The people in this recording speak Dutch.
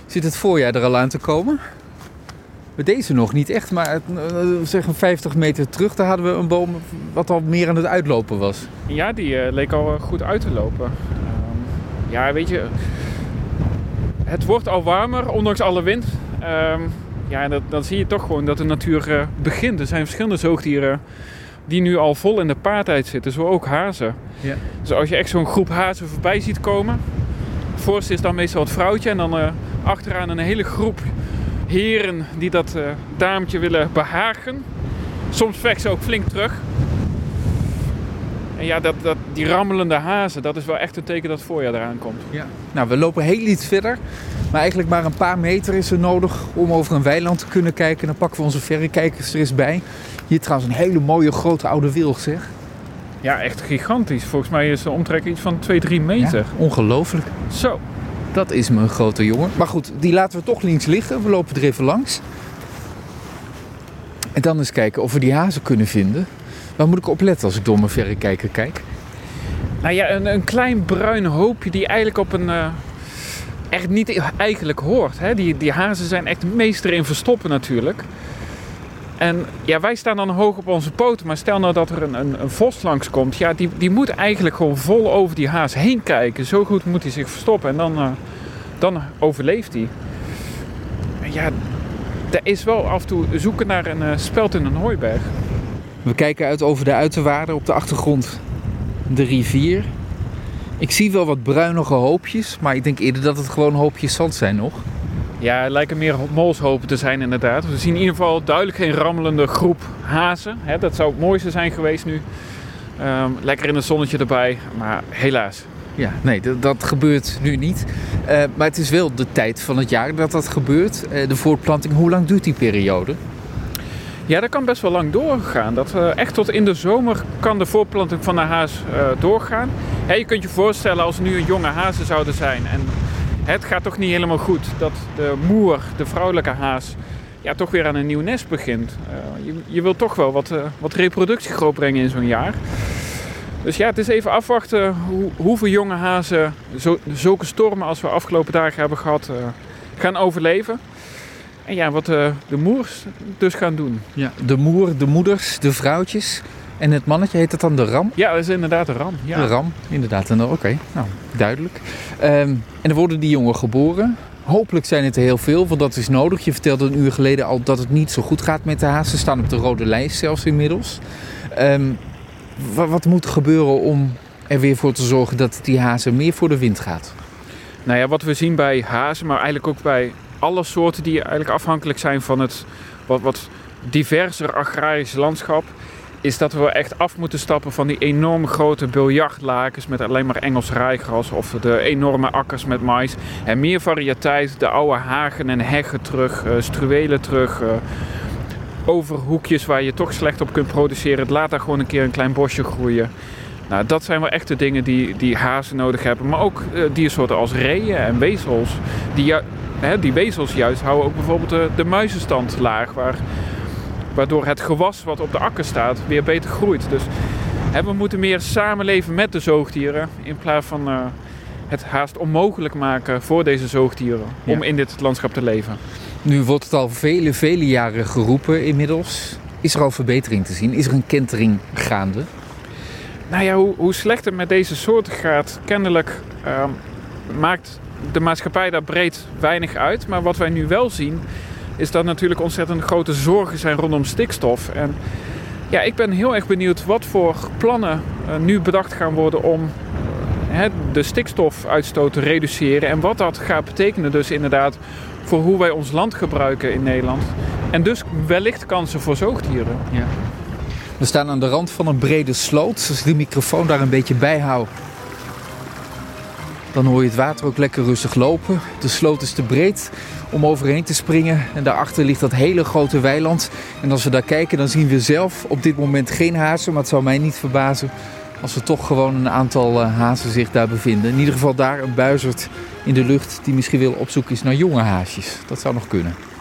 Zit het voorjaar er al aan te komen? Bij deze nog niet echt, maar zeg 50 meter terug, daar hadden we een boom wat al meer aan het uitlopen was. Ja, die leek al goed uit te lopen. Ja, weet je, het wordt al warmer, ondanks alle wind. Ja, dan zie je toch gewoon dat de natuur begint. Er zijn verschillende zoogdieren die nu al vol in de paartijd zitten, zo ook hazen. Ja. Dus als je echt zo'n groep hazen voorbij ziet komen, voorst is dan meestal het vrouwtje en dan achteraan een hele groep heren die dat dametje willen behagen. Soms vecht ze ook flink terug. En ja, die rammelende hazen, dat is wel echt een teken dat het voorjaar eraan komt. Ja. Nou, we lopen heel iets verder. Maar eigenlijk maar een paar meter is er nodig om over een weiland te kunnen kijken. Dan pakken we onze verrekijkers er eens bij. Hier trouwens een hele mooie grote oude wilg, zeg. Ja, echt gigantisch. Volgens mij is de omtrek iets van 2-3 meter. Ja, ongelooflijk. Zo. Dat is me een grote jongen. Maar goed, die laten we toch links liggen. We lopen er even langs. En dan eens kijken of we die hazen kunnen vinden. Waar moet ik op letten als ik door mijn verrekijker kijk? Nou ja, een klein bruin hoopje die eigenlijk op een... echt niet eigenlijk hoort. Hè? Die hazen zijn echt meester in verstoppen natuurlijk. En ja, wij staan dan hoog op onze poten. Maar stel nou dat er een vos langskomt. Ja, die moet eigenlijk gewoon vol over die haas heen kijken. Zo goed moet hij zich verstoppen. En dan overleeft hij. Ja, er is wel af en toe zoeken naar een speld in een hooiberg. We kijken uit over de uiterwaarden. Op de achtergrond de rivier. Ik zie wel wat bruinige hoopjes. Maar ik denk eerder dat het gewoon hoopjes zand zijn nog. Ja, het lijken meer molshopen te zijn inderdaad. We zien in ieder geval duidelijk geen rammelende groep hazen. Hè, dat zou het mooiste zijn geweest nu. Lekker in het zonnetje erbij, maar helaas. Ja, nee, dat gebeurt nu niet. Maar het is wel de tijd van het jaar dat dat gebeurt. De voortplanting, hoe lang duurt die periode? Ja, dat kan best wel lang doorgaan. Echt tot in de zomer kan de voortplanting van de haas doorgaan. Je kunt je voorstellen als er nu een jonge hazen zouden zijn en het gaat toch niet helemaal goed dat de moer, de vrouwelijke haas, ja, toch weer aan een nieuw nest begint. Je wilt toch wel wat reproductie grootbrengen in zo'n jaar. Dus ja, het is even afwachten hoeveel jonge hazen zulke stormen als we afgelopen dagen hebben gehad gaan overleven. En ja, wat de moers dus gaan doen. Ja, de moer, de moeders, de vrouwtjes en het mannetje, heet dat dan de ram? Ja, dat is inderdaad de ram. Ja. De ram, inderdaad. Oké, nou, duidelijk. En er worden die jongen geboren. Hopelijk zijn het er heel veel, want dat is nodig. Je vertelde een uur geleden al dat het niet zo goed gaat met de hazen. Ze staan op de rode lijst zelfs inmiddels. Wat moet er gebeuren om er weer voor te zorgen dat die hazen meer voor de wind gaat? Nou ja, wat we zien bij hazen, maar eigenlijk ook bij alle soorten die eigenlijk afhankelijk zijn van het wat diverser agrarische landschap, is dat we echt af moeten stappen van die enorme grote biljartlakens met alleen maar Engels raaigras of de enorme akkers met mais. En meer variëteit, de oude hagen en heggen terug, struwelen terug, overhoekjes waar je toch slecht op kunt produceren. Laat daar gewoon een keer een klein bosje groeien. Nou, dat zijn wel echt de dingen die hazen nodig hebben. Maar ook diersoorten als reeën en wezels. Die wezels juist houden ook bijvoorbeeld de muizenstand laag, waardoor het gewas wat op de akker staat weer beter groeit. Dus we moeten meer samenleven met de zoogdieren in plaats van het haast onmogelijk maken voor deze zoogdieren om in dit landschap te leven. Nu wordt het al vele jaren geroepen inmiddels. Is er al verbetering te zien? Is er een kentering gaande? Nou ja, hoe slecht het met deze soorten gaat, kennelijk maakt de maatschappij daar breed weinig uit. Maar wat wij nu wel zien, is dat natuurlijk ontzettend grote zorgen zijn rondom stikstof. En ja, ik ben heel erg benieuwd wat voor plannen nu bedacht gaan worden om de stikstofuitstoot te reduceren. En wat dat gaat betekenen dus inderdaad voor hoe wij ons land gebruiken in Nederland. En dus wellicht kansen voor zoogdieren. Ja. We staan aan de rand van een brede sloot. Als ik de microfoon daar een beetje bij hou, dan hoor je het water ook lekker rustig lopen. De sloot is te breed om overheen te springen. En daarachter ligt dat hele grote weiland. En als we daar kijken, dan zien we zelf op dit moment geen hazen. Maar het zou mij niet verbazen als er toch gewoon een aantal hazen zich daar bevinden. In ieder geval daar een buizerd in de lucht die misschien wel op zoek is naar jonge haasjes. Dat zou nog kunnen.